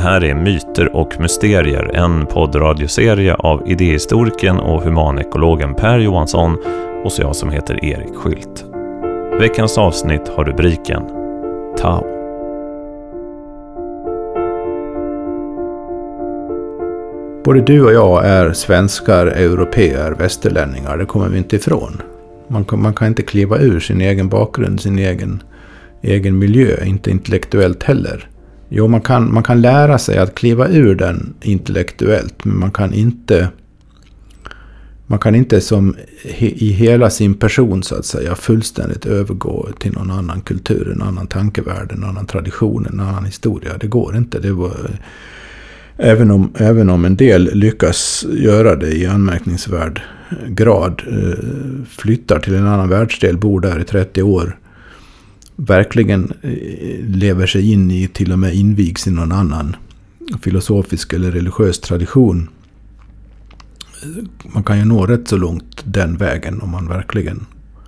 här är Myter och mysterier, en poddradioserie av idéhistorikern och humanekologen Per Johansson och så jag som heter Erik Skylt. Veckans avsnitt har rubriken Tao. Både du och jag är svenskar, europeer, västerlänningar, det kommer vi inte ifrån. Man kan inte kliva ur sin egen bakgrund, sin egen miljö, inte intellektuellt heller. Jo, man kan lära sig att kliva ur den intellektuellt, men man kan inte som i hela sin person så att säga fullständigt övergå till någon annan kultur, en annan tankevärld, en annan tradition, en annan historia. Det går inte. Även om en del lyckas göra det i anmärkningsvärd grad, flyttar till en annan världsdel, bor där i 30 år, verkligen lever sig in i, till och med invigs i någon annan filosofisk eller religiös tradition. Man kan ju nå rätt så långt den vägen om man verkligen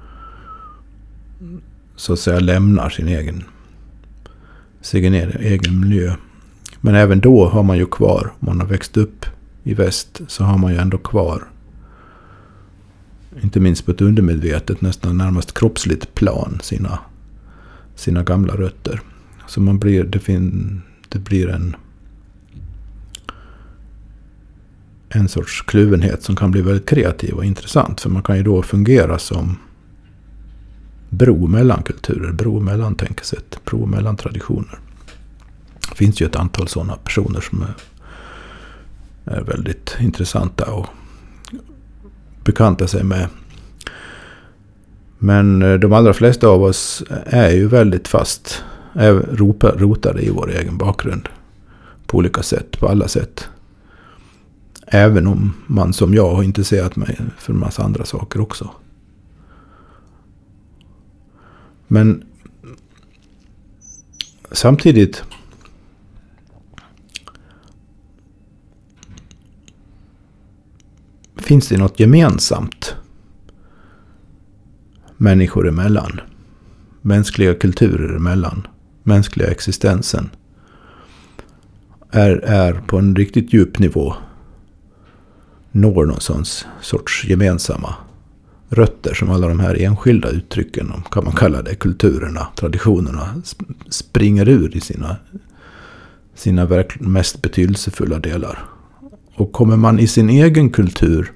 så att säga lämnar sin egen miljö. Men även då har man ju kvar, om man har växt upp i väst, så har man ju ändå kvar, inte minst på ett undermedvetet, nästan närmast kroppsligt plan, sina gamla rötter. Så det blir en sorts kluvenhet som kan bli väldigt kreativ och intressant, för man kan ju då fungera som bro mellan kulturer, bro mellan tänkesätt, bro mellan traditioner. Det finns ju ett antal sådana personer som är väldigt intressanta och bekanta sig med. Men de allra flesta av oss är ju väldigt fast rotade i vår egen bakgrund på olika sätt, på alla sätt. Även om man som jag har intresserat mig för en massa andra saker också. Men samtidigt finns det något gemensamt människor emellan, mänskliga kulturer emellan, mänskliga existensen är på en riktigt djup nivå når någon sorts gemensamma rötter som alla de här enskilda uttrycken, kan man kalla det, kulturerna, traditionerna, springer ur i sina mest betydelsefulla delar. Och kommer man i sin egen kultur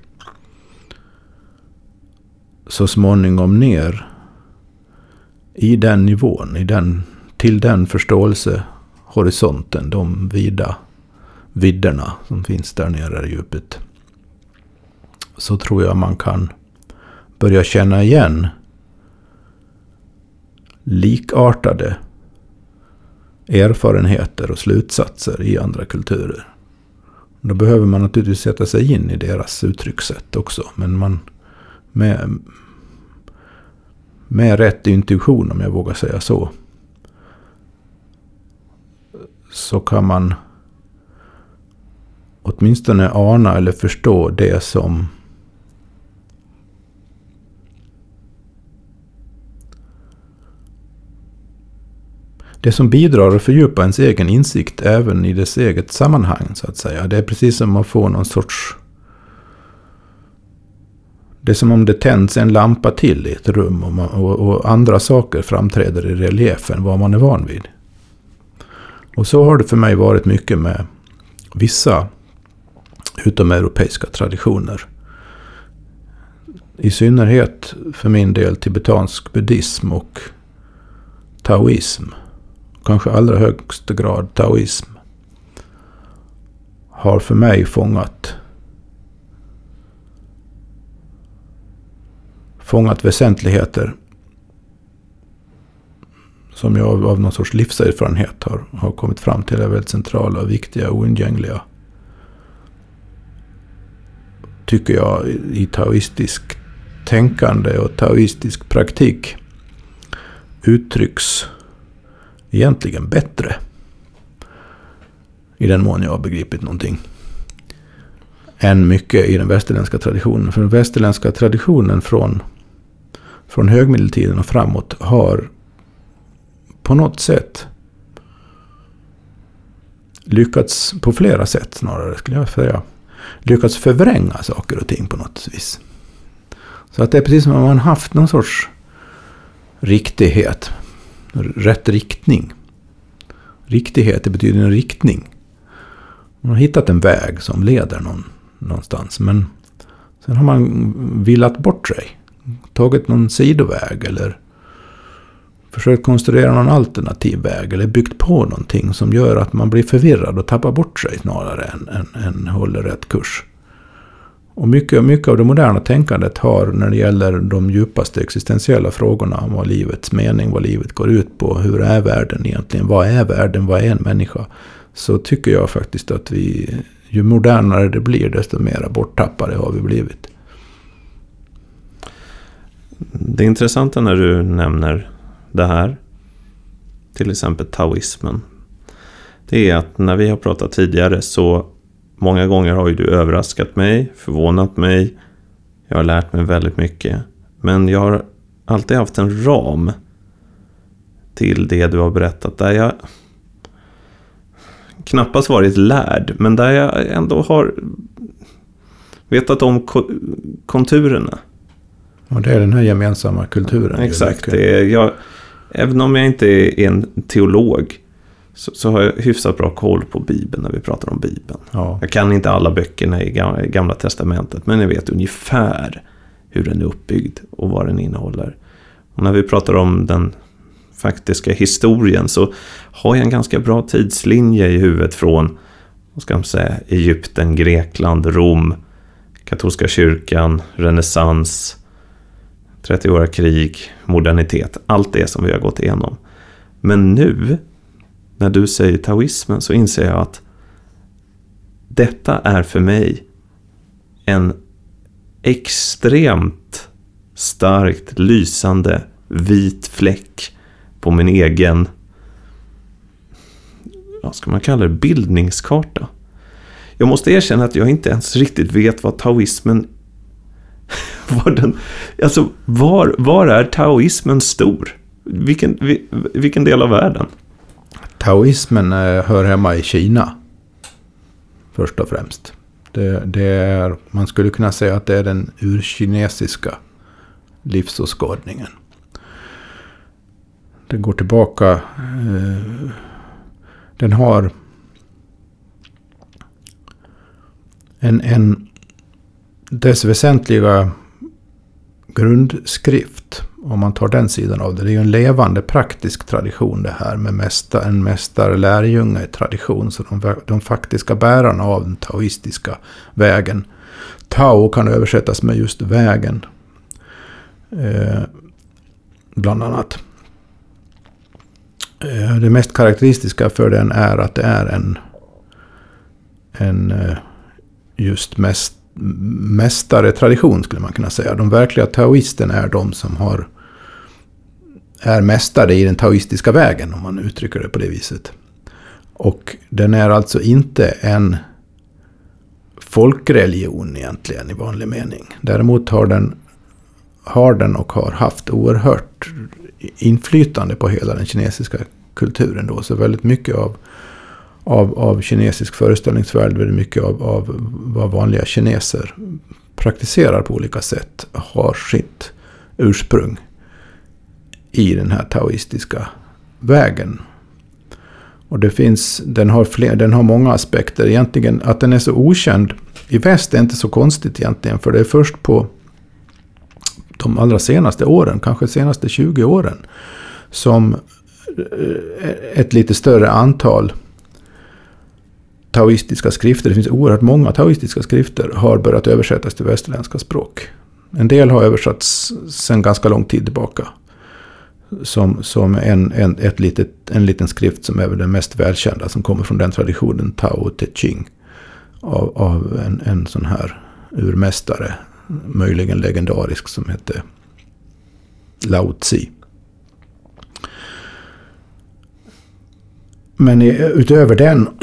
så småningom ner i den nivån, till den förståelsehorisonten, de vida vidderna som finns där nere i djupet, så tror jag man kan börja känna igen likartade erfarenheter och slutsatser i andra kulturer. Då behöver man naturligtvis sätta sig in i deras uttryckssätt också. Men man med rätt intuition, om jag vågar säga så kan man åtminstone ana eller förstå det som bidrar att fördjupa ens egen insikt även i dess eget sammanhang, så att säga. Det är precis som att få någon sorts... Det är som om det tänds en lampa till i ett rum och andra saker framträder i reliefen vad man är van vid. Och så har det för mig varit mycket med vissa utomeuropeiska traditioner. I synnerhet för min del tibetansk buddhism och taoism. Kanske allra högsta grad taoism har för mig fångat väsentligheter som jag av någon sorts livserfarenhet har kommit fram till är väldigt centrala, viktiga och oundgängliga, tycker jag, i taoistisk tänkande och taoistisk praktik uttrycks egentligen bättre, i den mån jag har begripit någonting, än mycket i den västerländska traditionen. För den västerländska traditionen från högmedeltiden och framåt har på något sätt lyckats på flera sätt snarare skulle jag säga. Lyckats förvränga saker och ting på något vis. Så att det är precis som om man haft någon sorts riktighet. Rätt riktning. Riktighet, det betyder en riktning. Man har hittat en väg som leder någonstans. Men sen har man villat bort sig. Tagit någon sidoväg eller försökt konstruera någon alternativ väg. Eller byggt på någonting som gör att man blir förvirrad och tappar bort sig snarare än håller rätt kurs. Och mycket av det moderna tänkandet har när det gäller de djupaste existentiella frågorna om vad livets mening, vad livet går ut på, hur är världen egentligen, vad är världen, vad är en människa, så tycker jag faktiskt att ju modernare det blir desto mer borttappade har vi blivit. Det är intressant när du nämner det här, till exempel taoismen. Det är att när vi har pratat tidigare så många gånger har ju du överraskat mig, förvånat mig. Jag har lärt mig väldigt mycket. Men jag har alltid haft en ram till det du har berättat. Där jag knappast varit lärd. Men där jag ändå har vetat om konturerna. Och det är den här gemensamma kulturen. Exakt. Även om jag inte är en teolog så har jag hyfsat bra koll på Bibeln när vi pratar om Bibeln. Ja. Jag kan inte alla böckerna i Gamla testamentet, men jag vet ungefär hur den är uppbyggd och vad den innehåller. Och när vi pratar om den faktiska historien så har jag en ganska bra tidslinje i huvudet från, vad ska man säga, Egypten, Grekland, Rom, katolska kyrkan, renässans, 30-åriga krig, modernitet, allt det som vi har gått igenom. Men nu när du säger taoismen så inser jag att detta är för mig en extremt starkt lysande vit fläck på min egen, vad ska man kalla det, bildningskarta. Jag måste erkänna att jag inte ens riktigt vet vad taoismen var är taoismen stor? Vilken del av världen? Taoismen hör hemma i Kina. Först och främst. Det är, man skulle kunna säga att det är den urkinesiska livsåskådningen. Det går tillbaka. Den har dess väsentliga grundskrift, om man tar den sidan av det. Det är ju en levande praktisk tradition det här med en mästar-lärjunge-tradition. Så de faktiska bärarna av den taoistiska vägen. Tao kan översättas med just vägen. Bland annat. Det mest karaktäristiska för den är att det är en just mästare-tradition skulle man kunna säga. De verkliga taoisterna är de som är mästare i den taoistiska vägen, om man uttrycker det på det viset. Och den är alltså inte en folkreligion egentligen i vanlig mening. Däremot har den och har haft oerhört inflytande på hela den kinesiska kulturen då. Så väldigt mycket av kinesisk föreställningsvärld, väldigt mycket av vad vanliga kineser praktiserar på olika sätt har sitt ursprung i den här taoistiska vägen. Och den har många aspekter. Egentligen att den är så okänd i väst är inte så konstigt egentligen, för det är först på de allra senaste åren, kanske senaste 20 åren, som ett lite större antal taoistiska skrifter, det finns oerhört många taoistiska skrifter, har börjat översättas till västerländska språk. En del har översatts sedan ganska lång tid tillbaka. Som en liten skrift som är väl den mest välkända, som kommer från den traditionen, Tao Te Ching, av en sån här urmästare, möjligen legendarisk, som hette Lao Tzu. Men utöver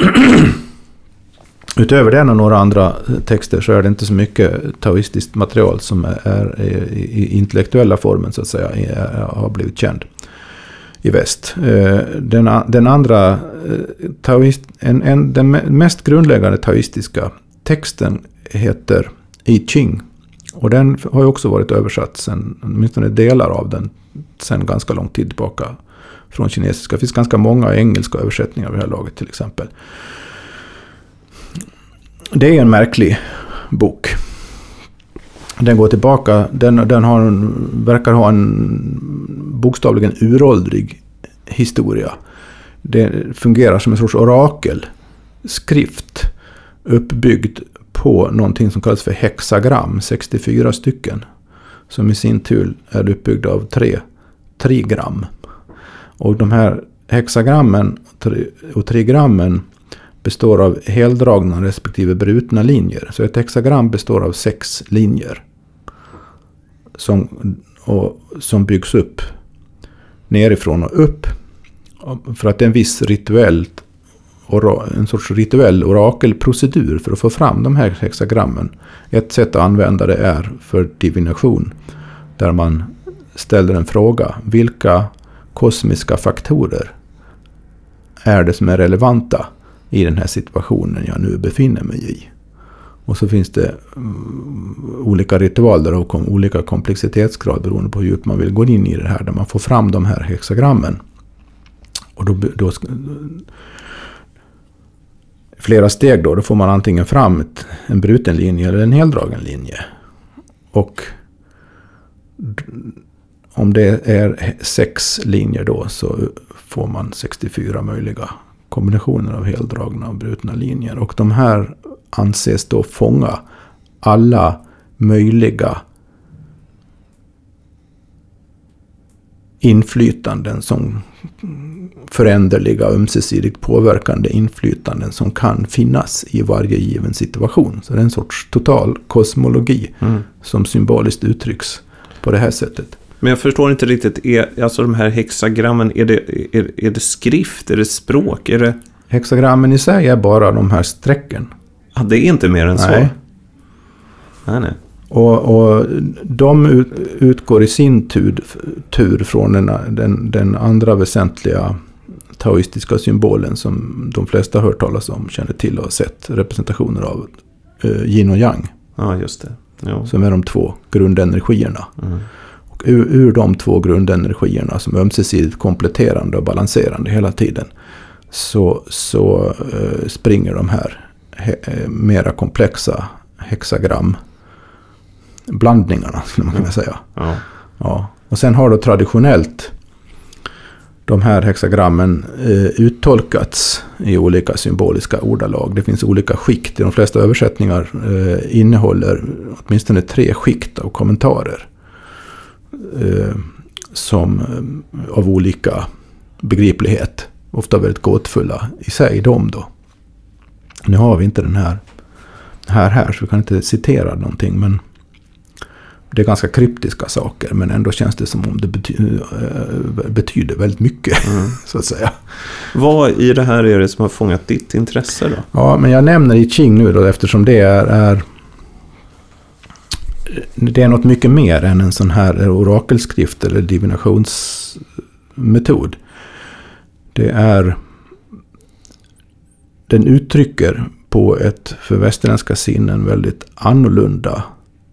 den och några andra texter så är det inte så mycket taoistiskt material som är i intellektuella formen så att säga har blivit känd. i väst. Den andra den mest grundläggande taoistiska texten heter I Ching. Och den har ju också varit översatt sen, åtminstone delar av den, sen ganska lång tid tillbaka från kinesiska. Det finns ganska många engelska översättningar vid det här laget till exempel. Det är en märklig bok. Den går tillbaka, den verkar ha en bokstavligen uråldrig historia. Det fungerar som en sorts orakelskrift uppbyggd på någonting som kallas för hexagram, 64 stycken, som i sin tur är uppbyggd av 3 trigram. Och de här hexagrammen och trigrammen består av heldragna respektive brutna linjer. Så ett hexagram består av 6 linjer som byggs upp nerifrån och upp, för att det är en viss en sorts rituell orakelprocedur för att få fram de här hexagrammen. Ett sätt att använda det är för divination, där man ställer en fråga: vilka kosmiska faktorer är det som är relevanta i den här situationen jag nu befinner mig i? Och så finns det olika ritualer och olika komplexitetsgrad beroende på hur djupt man vill gå in i det här, där man får fram de här hexagrammen. Och då flera steg då får man antingen fram en bruten linje eller en heldragen linje. Och om det är 6 linjer då, så får man 64 möjliga kombinationer av heldragna och brutna linjer. Och de här anses då fånga alla möjliga inflytanden, som föränderliga, ömsesidigt påverkande inflytanden som kan finnas i varje given situation. Så det är en sorts total kosmologi som symboliskt uttrycks på det här sättet. Men jag förstår inte riktigt, alltså de här hexagrammen, är det skrift, är det språk? Hexagrammen i sig är bara de här strecken. Ja, det är inte mer än så? Nej. Och de utgår i sin tur från den andra väsentliga taoistiska symbolen som de flesta har hört talas om, känner till och har sett representationer av, yin och yang. Ja, just det. Jo. Som är de 2 grundenergierna. Och ur de 2 grundenergierna, som är ömsesidigt kompletterande och balanserande hela tiden, så springer de här mera komplexa hexagramblandningarna, skulle man kunna säga. Ja. Och sen har då traditionellt de här hexagrammen uttolkats i olika symboliska ordalag. Det finns olika skikt. De flesta översättningar innehåller åtminstone 3 skikt av kommentarer som av olika begriplighet, ofta väldigt gåtfulla i sig de då. Nu har vi inte den här så vi kan inte citera någonting, men det är ganska kryptiska saker, men ändå känns det som om det betyder väldigt mycket, så att säga. Vad i det här är det som har fångat ditt intresse då? Ja, men jag nämner I Ching nu då, eftersom det är något mycket mer än en sån här orakelskrift eller divinationsmetod. Den uttrycker på ett för västerländska sinnen väldigt annorlunda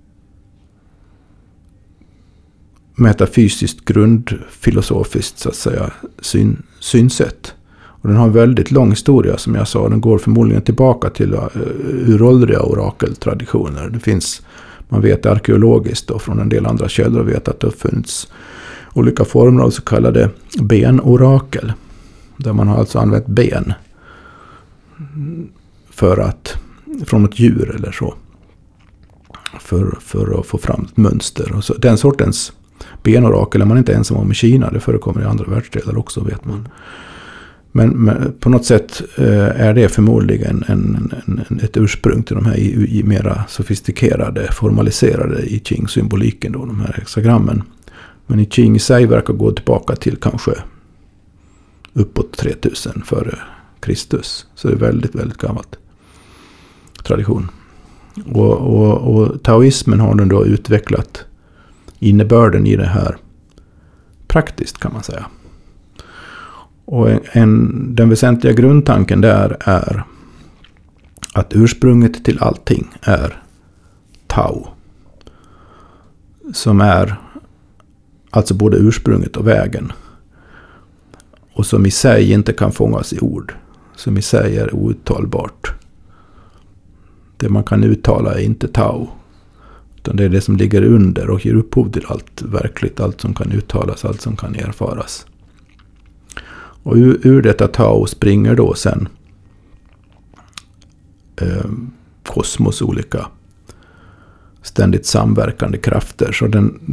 metafysiskt grundfilosofiskt, så att säga, synsätt. Och den har en väldigt lång historia, som jag sa. Den går förmodligen tillbaka till uråldriga orakeltraditioner. Det finns, man vet arkeologiskt och från en del andra källor vet att det har funnits olika former av så kallade benorakel. Där man har alltså använt ben från ett djur eller så. För att få fram ett mönster. Och så, den sortens benorakel är man inte ensam om i Kina. Det förekommer i andra världsdelar också, vet man. Men på något sätt är det förmodligen ett ursprung till de här i mera sofistikerade, formaliserade I Ching-symboliken då, de här hexagrammen. Men I Ching i sig verkar gå tillbaka till kanske uppåt 3000 före Kristus. Så det är väldigt, väldigt gammalt tradition. Och taoismen har då utvecklat innebörden i det här praktiskt, kan man säga. Och den väsentliga grundtanken där är att ursprunget till allting är Tao. Som är alltså både ursprunget och vägen. Och som i sig inte kan fångas i ord. Som i sig är outtalbart. Det man kan uttala är inte Tao. Utan det är det som ligger under och ger upphov till allt verkligt. Allt som kan uttalas, allt som kan erfaras. Och ur detta Tao springer då sen kosmos olika ständigt samverkande krafter. Så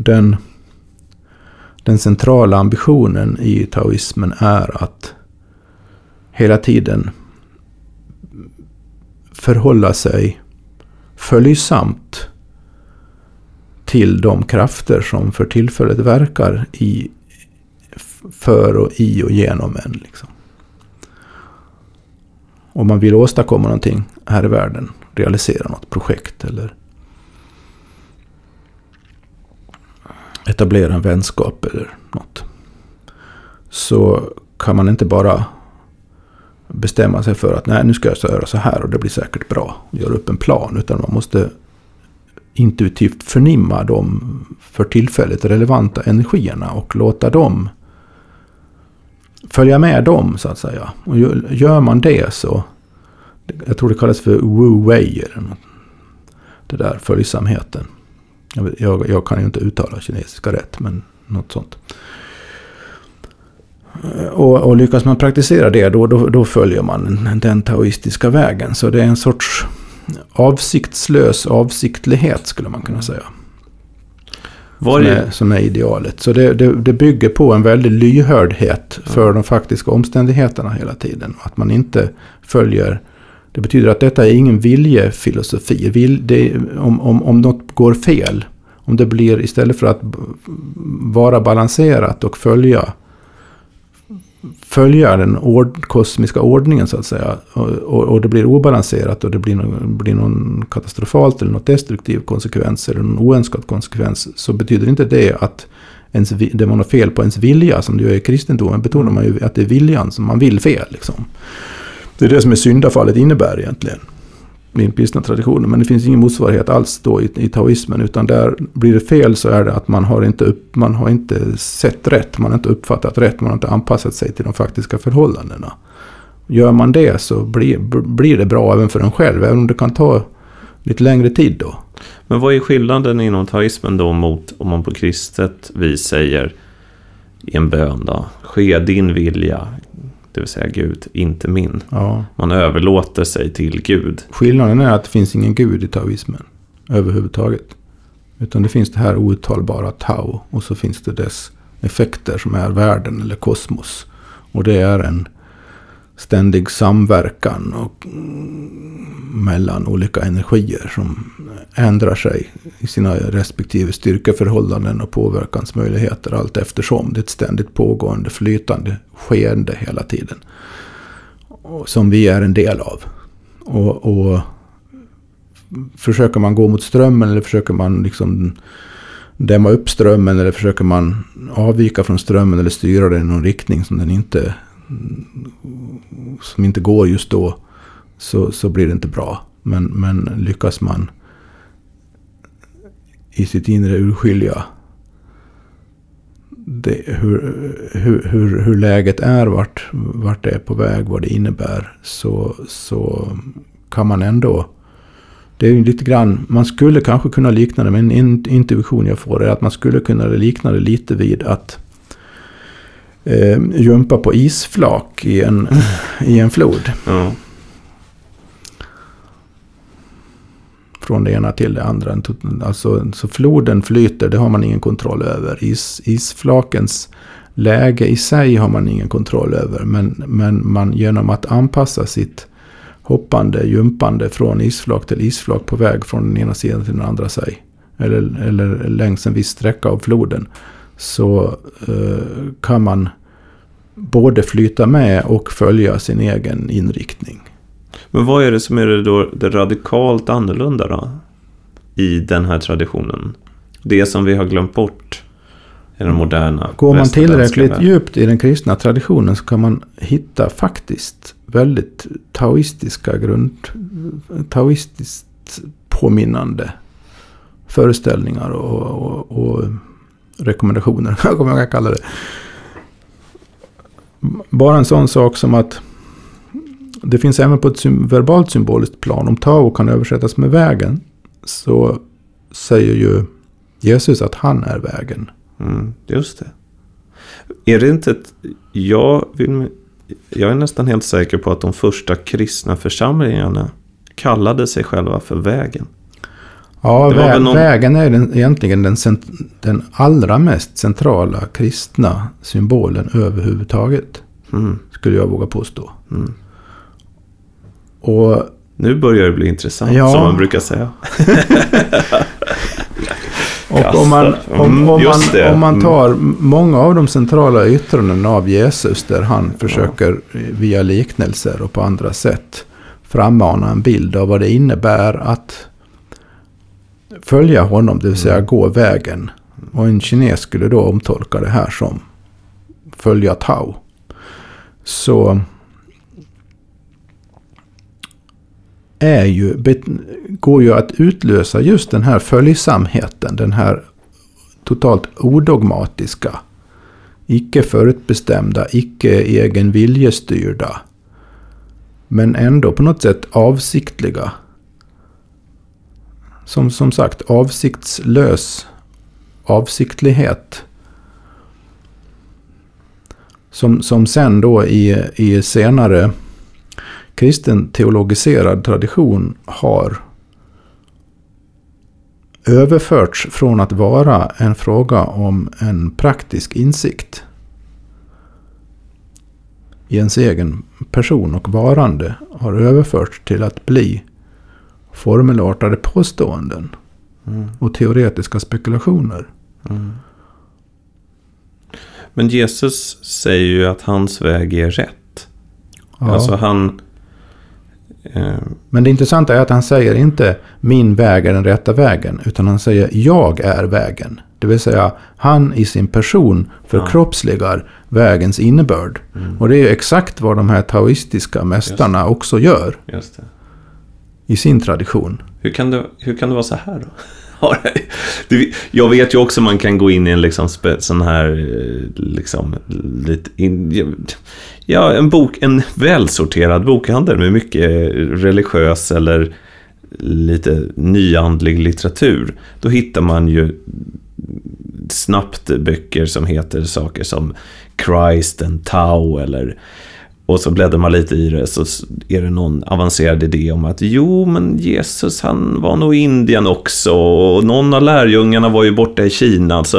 den centrala ambitionen i taoismen är att hela tiden förhålla sig följsamt till de krafter som för tillfället verkar för och i och genom en. Liksom. Om man vill åstadkomma någonting här i världen, realisera något projekt eller etablera en vänskap eller något, så kan man inte bara bestämma sig för att nej, nu ska jag göra så här och det blir säkert bra och göra upp en plan, utan man måste intuitivt förnimma de för tillfället relevanta energierna och låta dem följa med dem så att säga. Och gör man det så, jag tror det kallas för Wu Wei eller något, det där följsamheten. Jag kan ju inte uttala kinesiska rätt, men något sånt. Och lyckas man praktisera det, då följer man den taoistiska vägen. Så det är en sorts avsiktslös avsiktlighet skulle man kunna säga. Som är idealet. Så det bygger på en väldig lyhördhet för de faktiska omständigheterna hela tiden. Att man inte följer. Det betyder att detta är ingen viljefilosofi. Om något går fel, om det blir istället för att vara balanserat och följa den kosmiska ordningen så att säga, och det blir obalanserat och det blir någon katastrofalt eller något destruktiv konsekvens eller någon oönskad konsekvens, så betyder inte det att det var något fel på ens vilja, som det gör i kristendomen betonar man ju att det är viljan som man vill fel liksom. Det är det som är syndafallet innebär egentligen i den kristna traditionen, men det finns ingen motsvarighet alls då i taoismen, utan där blir det fel så är det att man har inte sett rätt, man har inte uppfattat rätt, man har inte anpassat sig till de faktiska förhållandena. Gör man det så blir det bra även för en själv, även om det kan ta lite längre tid då. Men vad är skillnaden inom taoismen då mot om man på kristet vis säger i en bön då, ske din vilja, det vill säga Gud, inte min. Ja. Man överlåter sig till Gud. Skillnaden är att det finns ingen Gud i taoismen överhuvudtaget. Utan det finns det här outtalbara Tao. Och så finns det dess effekter som är världen eller kosmos. Och det är en ständig samverkan mellan olika energier som ändrar sig i sina respektive styrkeförhållanden och påverkansmöjligheter allt eftersom. Det är ett ständigt pågående, flytande skeende hela tiden. Som vi är en del av. Och försöker man gå mot strömmen eller försöker man liksom dämma upp strömmen eller försöker man avvika från strömmen eller styra den i någon riktning som inte går just då, så blir det inte bra. Men lyckas man i sitt inre urskilja hur läget är, vart det är på väg, vad det innebär, så kan man ändå. Det är ju lite grann, man skulle kanske kunna likna det, men en intuition jag får är att man skulle kunna likna det lite vid att jumpa på isflak i en flod. Ja. Från det ena till det andra. Alltså, så floden flyter, det har man ingen kontroll över. Isflakens läge i sig har man ingen kontroll över. Men man genom att anpassa sitt jumpande från isflak till isflak på väg från den ena sidan till den andra sig. Eller längs en viss sträcka av floden. Så kan man både flyta med och följa sin egen inriktning. Men vad är det som är det radikalt annorlunda då i den här traditionen? Det som vi har glömt bort i den moderna. Går man tillräckligt djupt i den kristna traditionen så kan man hitta faktiskt väldigt taoistiskt påminnande föreställningar och rekommendationer, vad man kan kalla det. Bara en sån sak som att det finns även på ett verbalt symboliskt plan. Om Tao kan översättas med vägen, så säger ju Jesus att han är vägen. Just det. Är det inte jag är nästan helt säker på att de första kristna församlingarna kallade sig själva för vägen. Ja, vägen är egentligen den allra mest centrala kristna symbolen överhuvudtaget. Skulle jag våga påstå. Och nu börjar det bli intressant, som man brukar säga. Och om man tar många av de centrala yttranden av Jesus, där han försöker via liknelser och på andra sätt frammana en bild av vad det innebär att följa honom, det vill säga gå vägen. Och en kines skulle då omtolka det här som följa Tao. Så går ju att utlösa just den här följsamheten, den här totalt odogmatiska, icke förutbestämda, icke egen viljestyrda, men ändå på något sätt avsiktliga, som sagt avsiktslös avsiktlighet, som sen då i senare kristen teologiserad tradition har överförts från att vara en fråga om en praktisk insikt i ens egen person och varande, har överförts till att bli formelartade påståenden och teoretiska spekulationer. Men Jesus säger ju att hans väg är rätt. Ja. Alltså Men det intressanta är att han säger inte min väg är den rätta vägen, utan han säger jag är vägen. Det vill säga han i sin person förkroppsligar vägens innebörd. Och det är ju exakt vad de här taoistiska mästarna också gör. Just det. I sin tradition. Hur kan det vara så här då? Jag vet ju också man kan gå in i en liksom sån här liksom en välsorterad bokhandel med mycket religiös eller lite nyandlig litteratur. Då hittar man ju snabbt böcker som heter saker som Christ and Tao och så bläddrar man lite i det, så är det någon avancerad idé om att men Jesus han var nog i Indien också, och någon av lärjungarna var ju borta i Kina. Så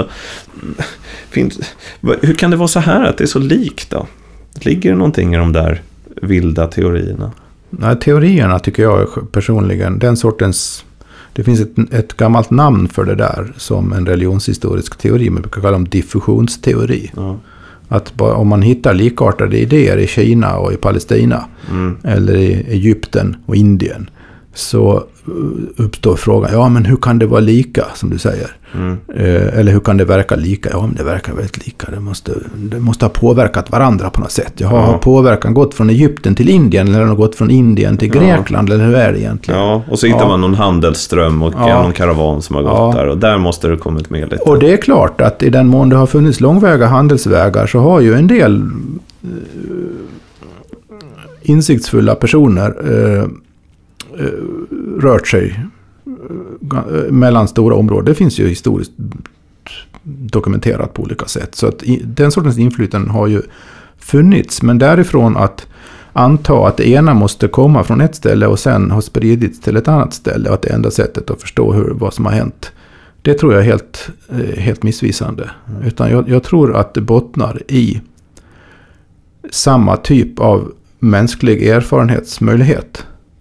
hur kan det vara så här att det är så likt då? Ligger det någonting i de där vilda teorierna? Nej, teorierna tycker jag personligen, den sortens, det finns ett gammalt namn för det där som en religionshistorisk teori, man brukar kalla dem diffusionsteori. Ja. Att om man hittar likartade idéer i Kina och i Palestina eller i Egypten och Indien, så uppstår frågan, men hur kan det vara lika, som du säger? Eller hur kan det verka lika? Ja, men det verkar väldigt lika. Det måste ha påverkat varandra på något sätt. Har påverkan gått från Egypten till Indien, eller har gått från Indien till Grekland, eller hur är det egentligen? Ja, och så hittar man någon handelsström och någon karavan som har gått där, och där måste det kommit med lite. Och det är klart att i den mån det har funnits långväga handelsvägar, så har ju en del insiktsfulla personer rört sig mellan stora områden. Det finns ju historiskt dokumenterat på olika sätt. Så att den sortens inflytande har ju funnits. Men därifrån att anta att det ena måste komma från ett ställe och sen har spridits till ett annat ställe, och att det enda sättet att förstå vad som har hänt, det tror jag är helt missvisande. Utan jag tror att det bottnar i samma typ av mänsklig erfarenhetsmöjlighet.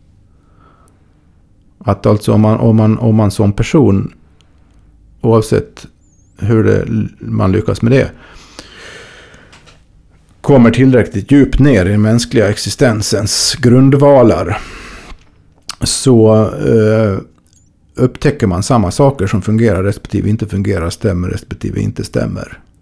Att alltså om man som person, oavsett hur man lyckas med det, kommer tillräckligt djupt ner i den mänskliga existensens grundvalar, så upptäcker man samma saker som fungerar respektive inte fungerar, stämmer respektive inte stämmer.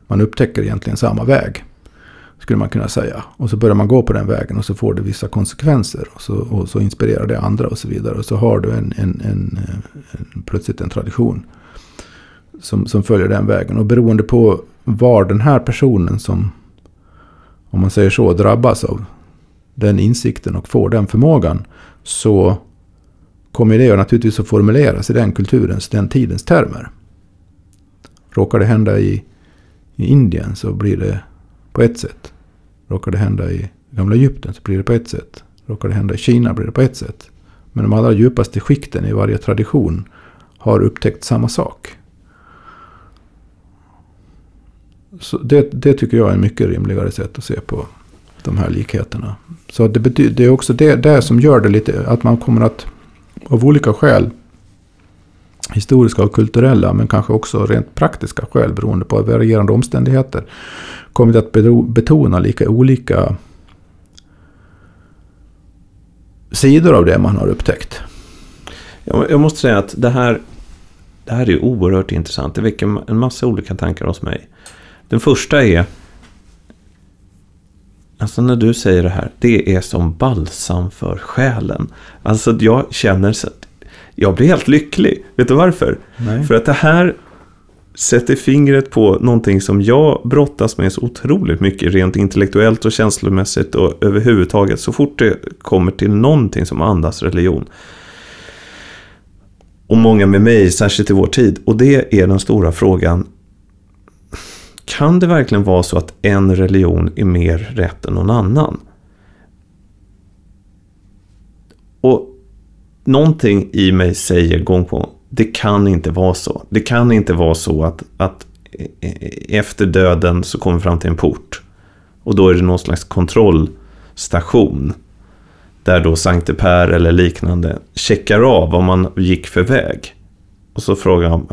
Man upptäcker egentligen samma väg, skulle man kunna säga. Och så börjar man gå på den vägen och så får det vissa konsekvenser. Och så inspirerar det andra och så vidare. Och så har du plötsligt en tradition som följer den vägen. Och beroende på var den här personen som, om man säger så, drabbas av den insikten och får den förmågan, så kommer det naturligtvis att formuleras i den kulturens, den tidens termer. Råkar det hända i Indien så blir det på ett sätt. Råkar det hända i gamla Egypten så blir det på ett sätt. Råkar det hända i Kina blir det på ett sätt. Men de allra djupaste skikten i varje tradition har upptäckt samma sak. Så det tycker jag är en mycket rimligare sätt att se på de här likheterna. Så det är också det som gör det lite, att man kommer att av olika skäl, historiska och kulturella, men kanske också rent praktiska skäl beroende på varierande omständigheter, kommer att betona lika olika sidor av det man har upptäckt. Jag måste säga att det här är oerhört intressant. Det väcker en massa olika tankar hos mig. Den första är, alltså när du säger det här, det är som balsam för själen. Alltså jag känner så att jag blir helt lycklig. Vet du varför? Nej. För att det här sätter fingret på någonting som jag brottas med så otroligt mycket rent intellektuellt och känslomässigt och överhuvudtaget så fort det kommer till någonting som andas religion. Och många med mig, särskilt i vår tid. Och det är den stora frågan. Kan det verkligen vara så att en religion är mer rätt än någon annan? Och någonting i mig säger gång på, det kan inte vara så. Det kan inte vara så att efter döden så kommer vi fram till en port. Och då är det någon slags kontrollstation. Där då Sankte Per eller liknande checkar av vad man gick för väg. Och så frågar han,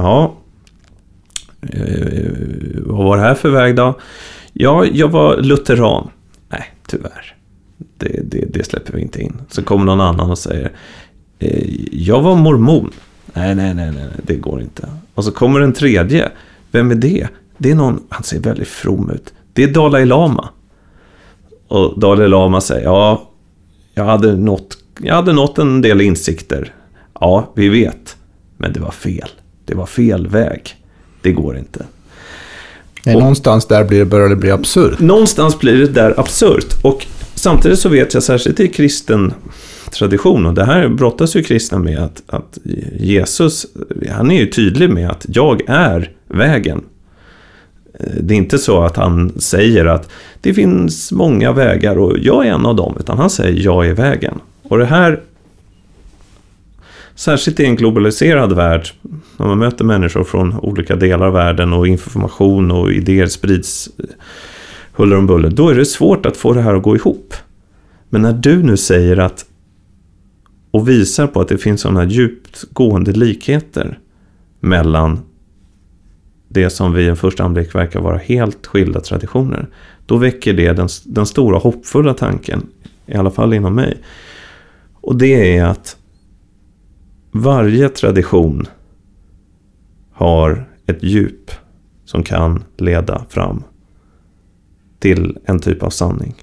vad var det här för väg då? Ja, jag var lutheran. Nej, tyvärr. Det släpper vi inte in. Så kommer någon annan och säger, jag var mormon. Nej, det går inte. Och så kommer en tredje. Vem är det? Det är någon, han ser väldigt from ut. Det är Dalai Lama. Och Dalai Lama säger, ja, jag hade nått en del insikter. Ja, vi vet. Men det var fel. Det var fel väg. Det går inte. Nej, någonstans där börjar det bli absurt. Någonstans blir det där absurt. Och samtidigt så vet jag, särskilt i kristen tradition, och det här brottas ju kristna med, att Jesus, han är ju tydlig med att jag är vägen. Det är inte så att han säger att det finns många vägar och jag är en av dem, utan han säger jag är vägen. Och det här, särskilt i en globaliserad värld, när man möter människor från olika delar av världen och information och idéer sprids huller om buller, då är det svårt att få det här att gå ihop. Men när du nu säger att och visar på att det finns sådana djupt gående likheter mellan det som vid en första anblick verkar vara helt skilda traditioner, då väcker det den stora hoppfulla tanken, i alla fall inom mig. Och det är att varje tradition har ett djup som kan leda fram till en typ av sanning.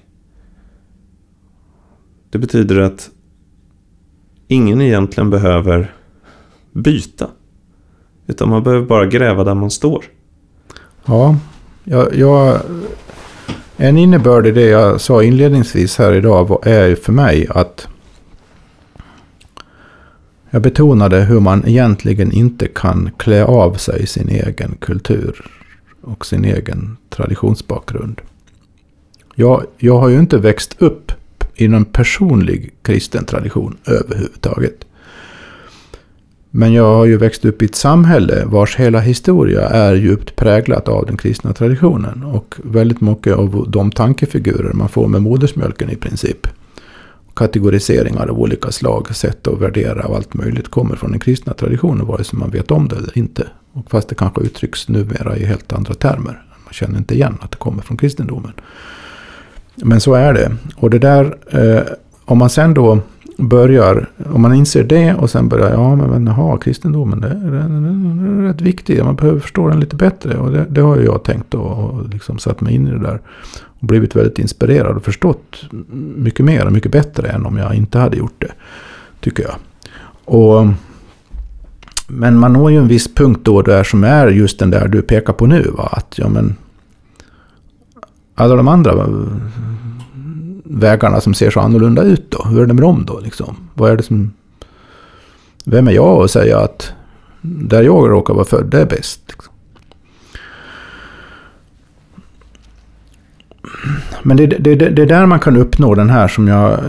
Det betyder att ingen egentligen behöver byta, utan man behöver bara gräva där man står. Ja, en innebörd i det jag sa inledningsvis här idag är för mig att jag betonade hur man egentligen inte kan klä av sig sin egen kultur och sin egen traditionsbakgrund. Jag har ju inte växt upp i någon personlig kristen tradition överhuvudtaget. Men jag har ju växt upp i ett samhälle vars hela historia är djupt präglat av den kristna traditionen. Och väldigt mycket av de tankefigurer man får med modersmjölken i princip. Kategoriseringar av olika slag, sätt att värdera och allt möjligt kommer från den kristna traditionen, vare sig man vet om det eller inte. Och fast det kanske uttrycks numera i helt andra termer. Man känner inte igen att det kommer från kristendomen. Men så är det. Och det där, om man sen då börjar, om man inser det och sen börjar, kristendomen det är rätt viktig, man behöver förstå den lite bättre, och det har jag tänkt och liksom satt mig in i det där och blivit väldigt inspirerad och förstått mycket mer och mycket bättre än om jag inte hade gjort det, tycker jag. Men man når ju en viss punkt då där som är just den där du pekar på nu, va? Att alla de andra vägarna som ser så annorlunda ut då, hur är det med dem då liksom? Vad är det som, vem är jag att säga att där jag råkar vara född, det är bäst liksom. Men det är där man kan uppnå den här som jag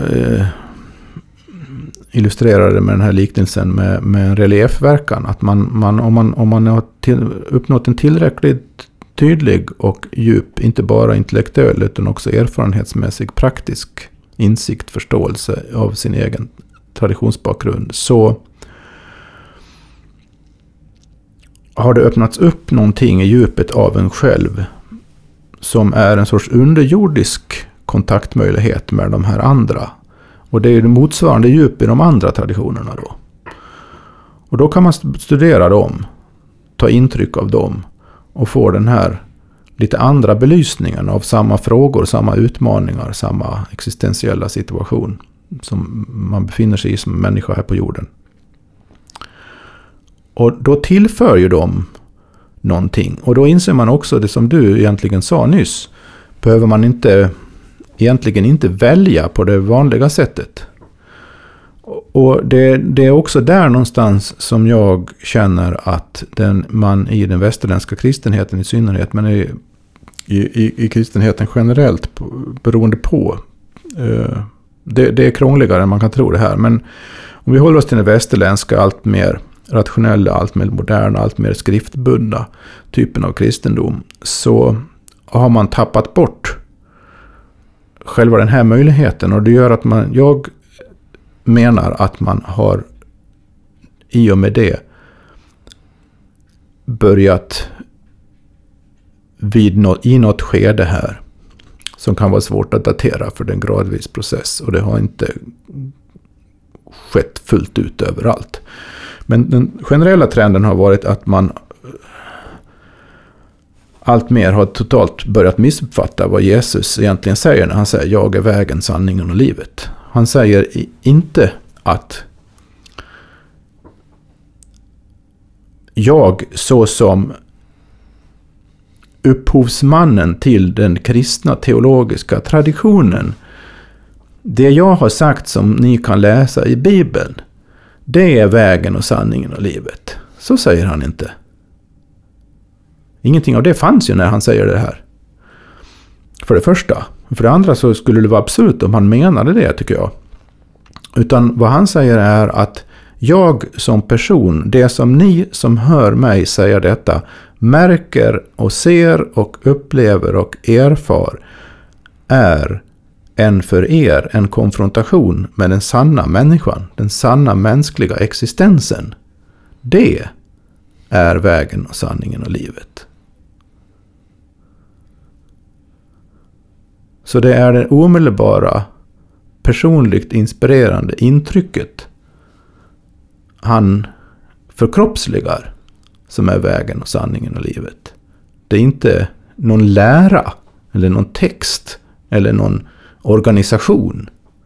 illustrerade med den här liknelsen med en reliefverkan, att om man har uppnått en tillräckligt tydlig och djup, inte bara intellektuell utan också erfarenhetsmässig, praktisk insikt, förståelse av sin egen traditionsbakgrund, så har det öppnats upp någonting i djupet av en själv som är en sorts underjordisk kontaktmöjlighet med de här andra. Och det är det motsvarande djup i de andra traditionerna då. Och då kan man studera dem, ta intryck av dem och få den här lite andra belysningen av samma frågor, samma utmaningar, samma existentiella situation som man befinner sig i som människa här på jorden. Och då tillför ju de någonting. Och då inser man också det som du egentligen sa nyss. Behöver man egentligen inte välja på det vanliga sättet. Och det är också där någonstans som jag känner att man i den västerländska kristenheten i synnerhet, men i kristenheten generellt beroende på. Det är krångligare än man kan tro det här. Men om vi håller oss till den västerländska, allt mer rationella, allt mer moderna, allt mer skriftbundna typen av kristendom, så har man tappat bort själva den här möjligheten. Och det gör att jag menar att man har i och med det börjat i något skede här som kan vara svårt att datera för den gradvis process, och det har inte skett fullt ut överallt. Men den generella trenden har varit att man allt mer har totalt börjat missuppfatta vad Jesus egentligen säger när han säger jag är vägen, sanningen och livet. Han säger inte att jag såsom upphovsmannen till den kristna teologiska traditionen, det jag har sagt som ni kan läsa i Bibeln, det är vägen och sanningen och livet. Så säger han inte. Ingenting av det fanns ju när han säger det här. För det första. För det andra så skulle det vara absurt om han menade det, tycker jag. Utan vad han säger är att jag som person, det som ni som hör mig säga detta, märker och ser och upplever och erfar, är för er en konfrontation med den sanna människan, den sanna mänskliga existensen. Det är vägen och sanningen och livet. Så det är det omedelbara, personligt inspirerande intrycket han förkroppsligar som är vägen och sanningen och livet. Det är inte någon lära eller någon text eller någon organisation.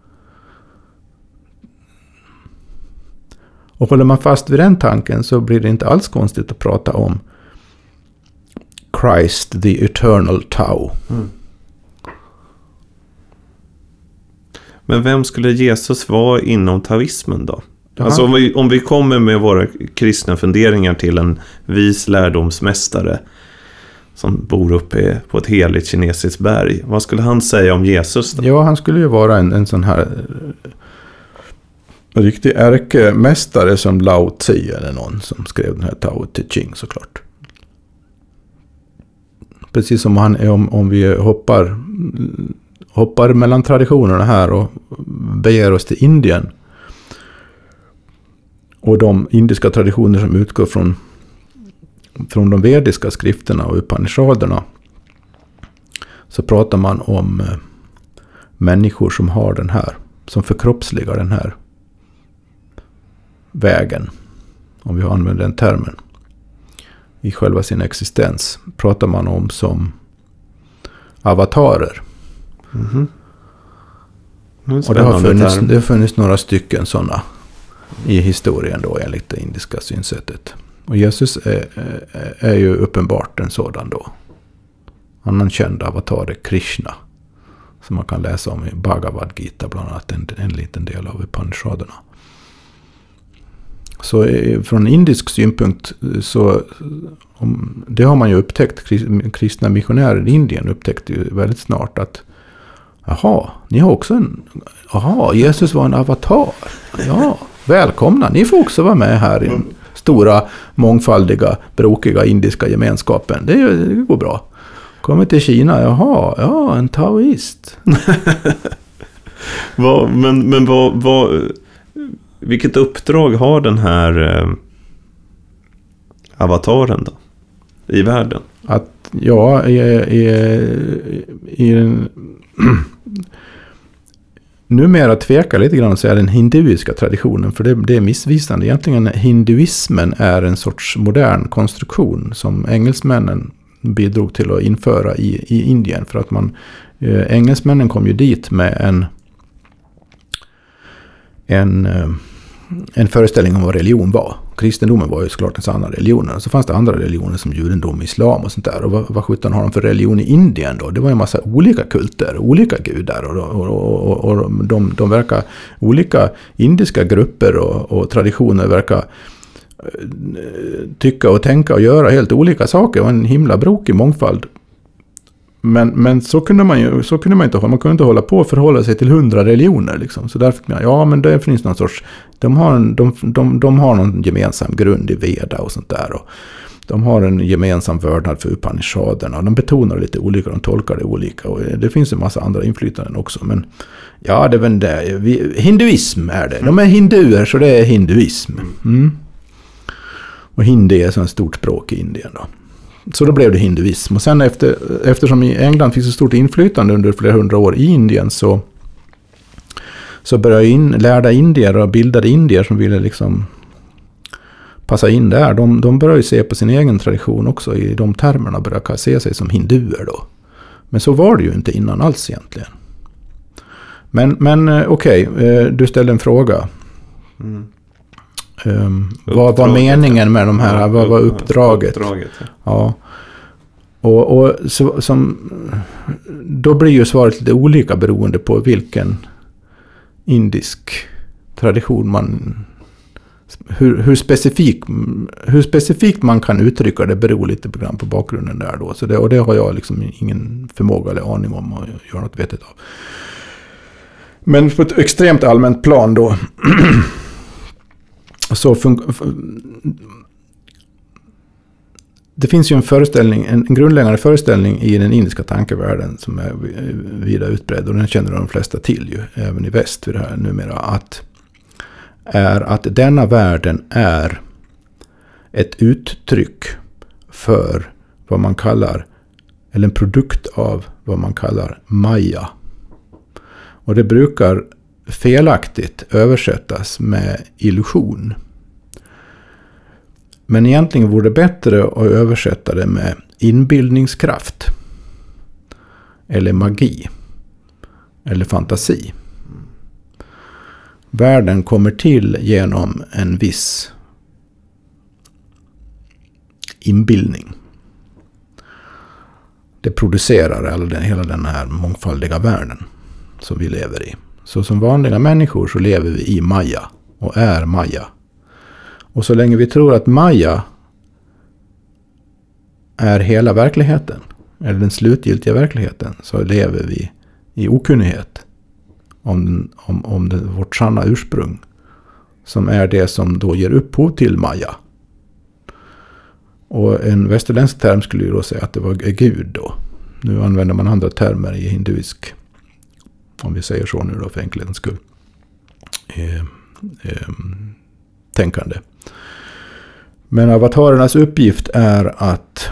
Och håller man fast vid den tanken så blir det inte alls konstigt att prata om Christ the Eternal Tao. Mm. Men vem skulle Jesus vara inom taoismen då? Alltså om vi kommer med våra kristna funderingar till en vis lärdomsmästare som bor uppe på ett heligt kinesiskt berg. Vad skulle han säga om Jesus då? Ja, han skulle ju vara en sån här riktig ärkemästare som Lao Tzu eller någon som skrev den här Tao Te Ching såklart. Precis som han är om vi hoppar mellan traditionerna här och beger oss till Indien. Och de indiska traditioner som utgår från de vediska skrifterna och Upanishaderna, så pratar man om människor som har den här, som förkroppsligar den här vägen, om vi använder den termen, i själva sin existens, pratar man om som avatarer. Mm-hmm. Och det har funnits några stycken sådana i historien då, enligt det indiska synsättet. Och Jesus är ju uppenbart en sådan då. Annan känd avatar är Krishna, som man kan läsa om i Bhagavad Gita, bland annat en liten del av Upanishaderna. Så från indisk synpunkt så det har man ju upptäckt, kristna missionärer i Indien upptäckte ju väldigt snart att ni har också Jesus var en avatar. Ja, välkomna, ni får också vara med här i den stora, mångfaldiga, brokiga indiska gemenskapen. Det går bra. Kommer till Kina, en taoist. Vilket uppdrag har den här avataren då i världen? Att i den numera tvekar lite grann så är den hinduiska traditionen, för det är missvisande. Egentligen hinduismen är en sorts modern konstruktion som engelsmännen bidrog till att införa i Indien, för att engelsmännen kom ju dit med en föreställning om vad religion var. Kristendomen var ju såklart den sanna religionen. Så fanns det andra religioner som judendom, islam och sånt där. Och vad sjutton har de för religion i Indien då? Det var en massa olika kulter, olika gudar. Och de verkar, olika indiska grupper och traditioner verkar tycka och tänka och göra helt olika saker. Det var en himla brokig mångfald. Men så kunde man inte hålla. Man kunde inte hålla på och förhålla sig till 100 religioner liksom. Så därför men det finns någon sorts, de har någon gemensam grund i Veda och sånt där, och de har en gemensam vördnad för Upanishaderna, och de betonar lite olika, de tolkar det olika, och det finns en massa andra inflytanden också, men ja, det är väl det. Hinduism är det. De är hinduer, så det är hinduism. Och hindi är så ett stort språk i Indien då. Så då blev det hinduism. Och sen eftersom i England fick så stort inflytande under flera hundra år i Indien, så började lärda indier och bildade indier som ville liksom passa in där. De började se på sin egen tradition också i de termerna, började se sig som hinduer då. Men så var det ju inte innan alls egentligen. Men okej, du ställde en fråga. Vad var meningen med de här? Vad var uppdraget? Ja. Och då blir ju svaret lite olika beroende på vilken indisk tradition man... Hur specifikt man kan uttrycka det beror lite på bakgrunden där då. Så det har jag liksom ingen förmåga eller aning om att göra något vettigt av. Men på ett extremt allmänt plan då så det finns ju en grundläggande föreställning i den indiska tankevärlden som är vida utbredd, och den känner de flesta till ju, även i väst vid det här numera, att denna världen är ett uttryck för vad man kallar, eller en produkt av vad man kallar Maya. Och det brukar felaktigt översättas med illusion. Men egentligen vore det bättre att översätta det med inbildningskraft, eller magi, eller fantasi. Världen kommer till genom en viss inbildning. Det producerar hela den här mångfaldiga världen som vi lever i. Så som vanliga människor så lever vi i Maya och är Maya. Och så länge vi tror att Maya är hela verkligheten, eller den slutgiltiga verkligheten, så lever vi i okunnighet om vårt sanna ursprung, som är det som då ger upphov till Maya. Och en västerländsk term skulle ju då säga att det var Gud då. Nu använder man andra termer i hinduisk, om vi säger så nu då för enkelhetens skull, tänkande. Men avatarernas uppgift är att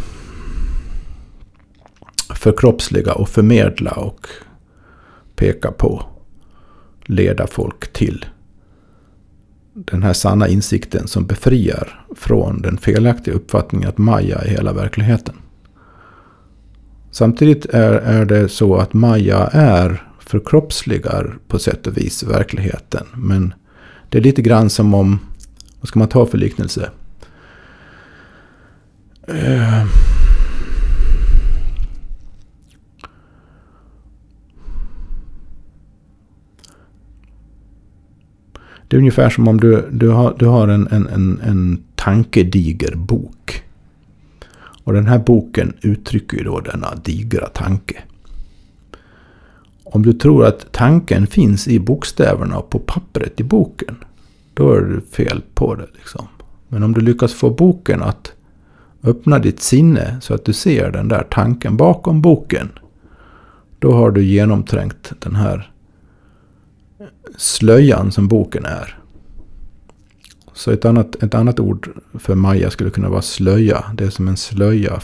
förkroppsliga och förmedla och peka på, leda folk till den här sanna insikten som befriar från den felaktiga uppfattningen att Maya är hela verkligheten. Samtidigt är det så att Maya förkroppsligar på sätt och vis verkligheten. Men det är lite grann som om, vad ska man ta för liknelse? Det är ungefär som om du har en tankediger bok. Och den här boken uttrycker ju då denna digra tanke. Om du tror att tanken finns i bokstäverna och på pappret i boken, då är det fel på det liksom. Men om du lyckas få boken att öppna ditt sinne så att du ser den där tanken bakom boken, då har du genomträngt den här slöjan som boken är. Så ett annat ord för Maya skulle kunna vara slöja. Det är som en slöja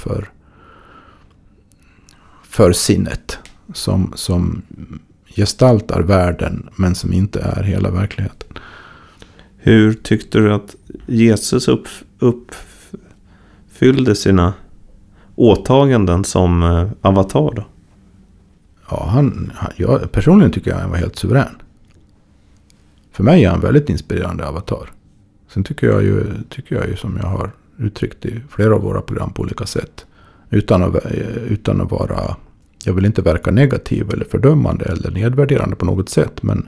för sinnet. Som gestaltar världen men som inte är hela verkligheten. Hur tyckte du att Jesus uppfyllde sina åtaganden som avatar då? Ja, jag personligen tycker jag han var helt suverän. För mig är han väldigt inspirerande avatar. Sen tycker jag ju som jag har uttryckt i flera av våra program på olika sätt. Utan att vara, jag vill inte verka negativ eller fördömande eller nedvärderande på något sätt. Men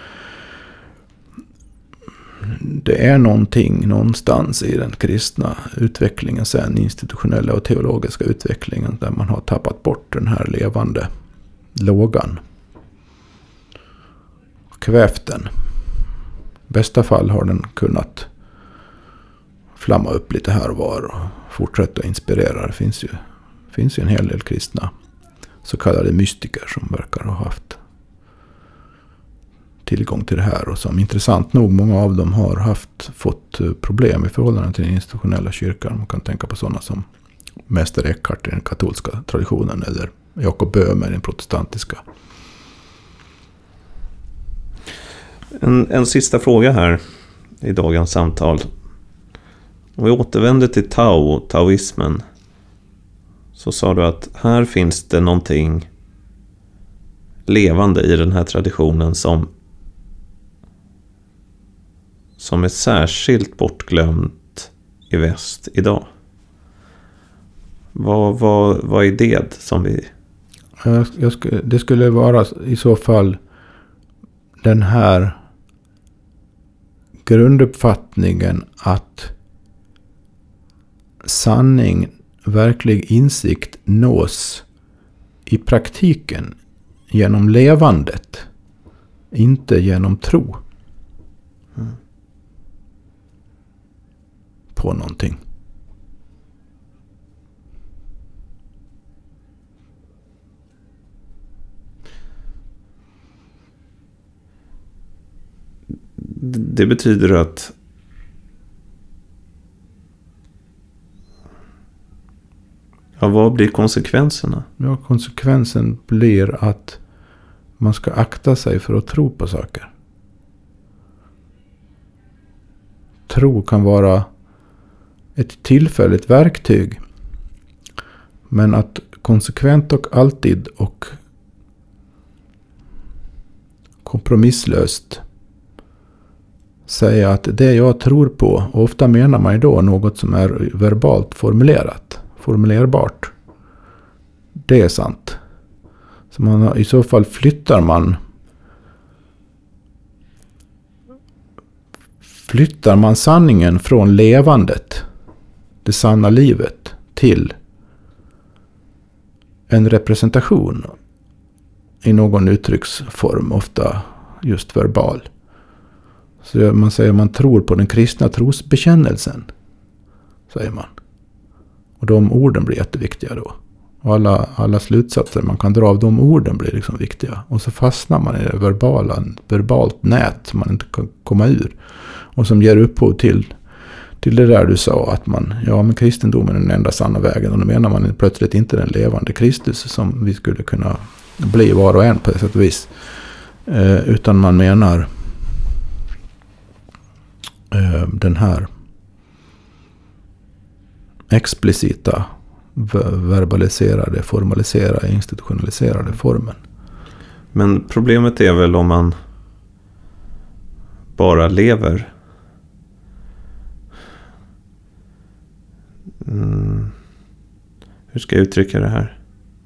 det är någonting någonstans i den kristna utvecklingen, sen institutionella och teologiska utvecklingen, där man har tappat bort den här levande lågan. Kvävt den. I bästa fall har den kunnat flamma upp lite här och var och fortsätta inspirera. Det finns ju en hel del kristna så kallade mystiker som verkar ha haft tillgång till det här, och som intressant nog många av dem har fått problem i förhållande till den institutionella kyrkan. Man kan tänka på sådana som Mäster Eckhart i den katolska traditionen eller Jakob Böhmer i den protestantiska. En sista fråga här i dagens samtal. Om vi återvänder till taoismen, så sa du att här finns det någonting levande i den här traditionen som är särskilt bortglömt i väst idag. Vad är det som vi... Det skulle vara i så fall den här grunduppfattningen att sanning, verklig insikt nås i praktiken genom levandet, inte genom tro på någonting. Det betyder att vad blir konsekvenserna? Ja, konsekvensen blir att man ska akta sig för att tro på saker. Tro kan vara ett tillfälligt verktyg, men att konsekvent och alltid och kompromisslöst säga att det jag tror på, och ofta menar man ju då något som är verbalt formulerbart. Det är sant. Så i så fall flyttar man sanningen från levandet, det sanna livet, till en representation i någon uttrycksform, ofta just verbal. Så man säger man tror på den kristna trosbekännelsen, säger man. Och de orden blir jätteviktiga då. Och alla slutsatser man kan dra av de orden blir liksom viktiga. Och så fastnar man i det verbalt nät som man inte kan komma ur. Och som ger upphov till det där du sa, att men kristendomen är den enda sanna vägen. Och då menar man plötsligt inte den levande Kristus som vi skulle kunna bli var och en på ett sätt och vis. Utan man menar den här explicita, verbaliserade, formaliserade, institutionaliserade formen. Men problemet är väl om man bara lever. Hur ska jag uttrycka det här?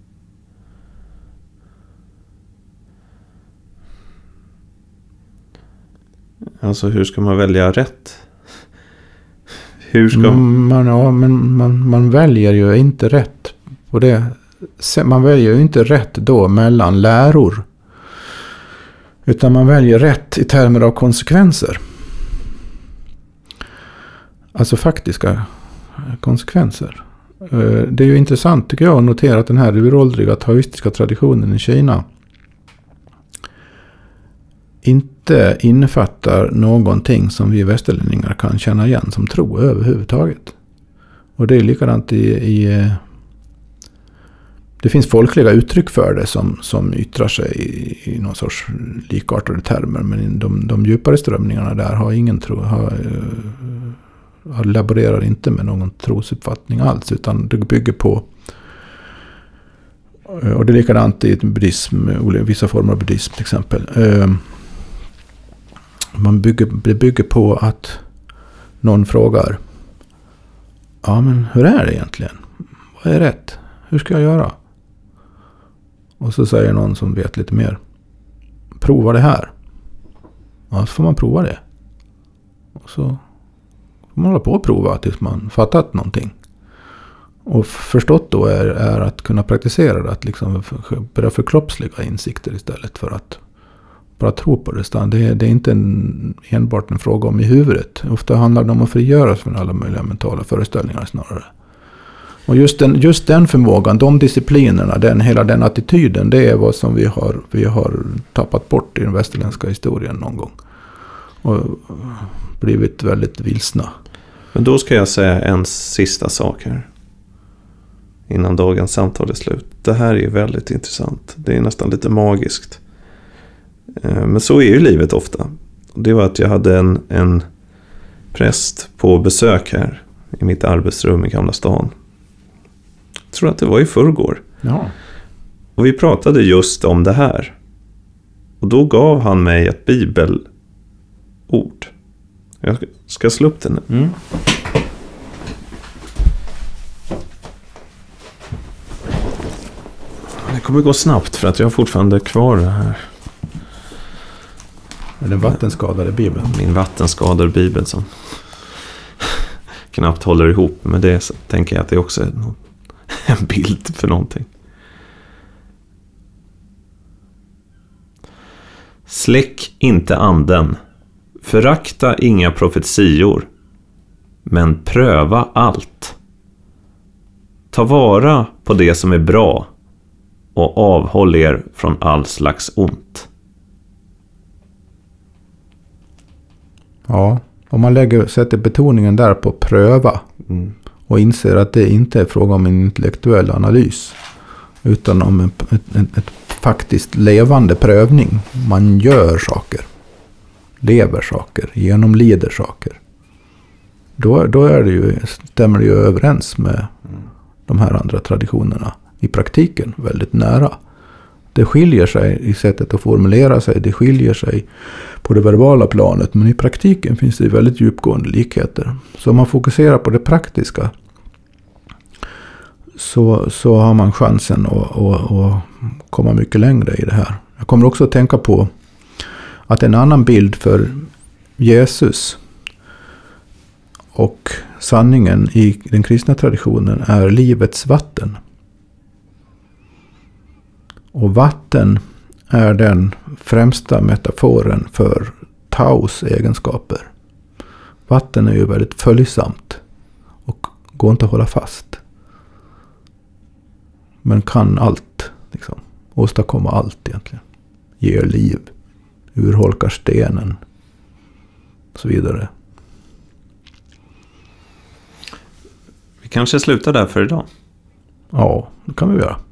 Alltså hur ska man välja rätt? Hur ska man väljer ju inte rätt på det. Man väljer ju inte rätt då mellan läror. Utan man väljer rätt i termer av konsekvenser. Alltså faktiska konsekvenser. Det är ju intressant tycker jag att notera att den här uråldriga taoistiska traditionen i Kina inte innefattar någonting som vi västerlänningar kan känna igen som tro överhuvudtaget. Och det är likadant det finns folkliga uttryck för det som yttrar sig i någon sorts likartade termer. Men de djupare strömningarna där har ingen tro, laborerar inte med någon trosuppfattning alls. Utan det bygger på, och det är likadant i buddhism, vissa former av buddhism till exempel. Det bygger på att någon frågar, ja men hur är det egentligen? Vad är rätt? Hur ska jag göra? Och så säger någon som vet lite mer, prova det här. Ja, så får man prova det. Och så får man hålla på att prova tills man fattat någonting. Och förstått då är att kunna praktisera det, att liksom börja förkroppsliga insikter istället för att bara tro på det. Det är inte enbart en fråga om i huvudet. Ofta handlar det om att frigöras från alla möjliga mentala föreställningar snarare. Och just den förmågan, de disciplinerna, hela den attityden, det är vad som vi har tappat bort i den västerländska historien någon gång. Och blivit väldigt vilsna. Men då ska jag säga en sista sak här. Innan dagens samtal är slut. Det här är väldigt intressant. Det är nästan lite magiskt. Men så är ju livet ofta. Det var att jag hade en präst på besök här i mitt arbetsrum i Gamla stan. Jag tror att det var i förrgår. Ja. Och vi pratade just om det här. Och då gav han mig ett bibelord. Jag ska slå upp den nu. Det kommer gå snabbt för att jag har fortfarande kvar det här. Är den vattenskadade bibeln? Min vattenskadade bibel som knappt håller ihop. Men det så tänker jag att det också är en bild för någonting. Släck inte anden. Förakta inga profetior. Men pröva allt. Ta vara på det som är bra. Och avhåll er från all slags ont. Ja, om man sätter betoningen där på pröva. Och inser att det inte är fråga om en intellektuell analys. Utan om ett faktiskt levande prövning. Man gör saker. Lever saker. Genomlider saker. Då är det ju, stämmer det ju överens med de här andra traditionerna. I praktiken väldigt nära. Det skiljer sig i sättet att formulera sig. Det skiljer sig på det verbala planet. Men i praktiken finns det väldigt djupgående likheter. Så om man fokuserar på det praktiska. Så har man chansen att komma mycket längre i det här. Jag kommer också att tänka på att en annan bild för Jesus och sanningen i den kristna traditionen är livets vatten. Och vatten är den främsta metaforen för Taos egenskaper. Vatten är ju väldigt följsamt och går inte att hålla fast. Men kan allt, liksom. Åstadkomma allt egentligen. Ger liv, urholkar stenen och så vidare. Vi kanske slutar där för idag. Ja, det kan vi göra.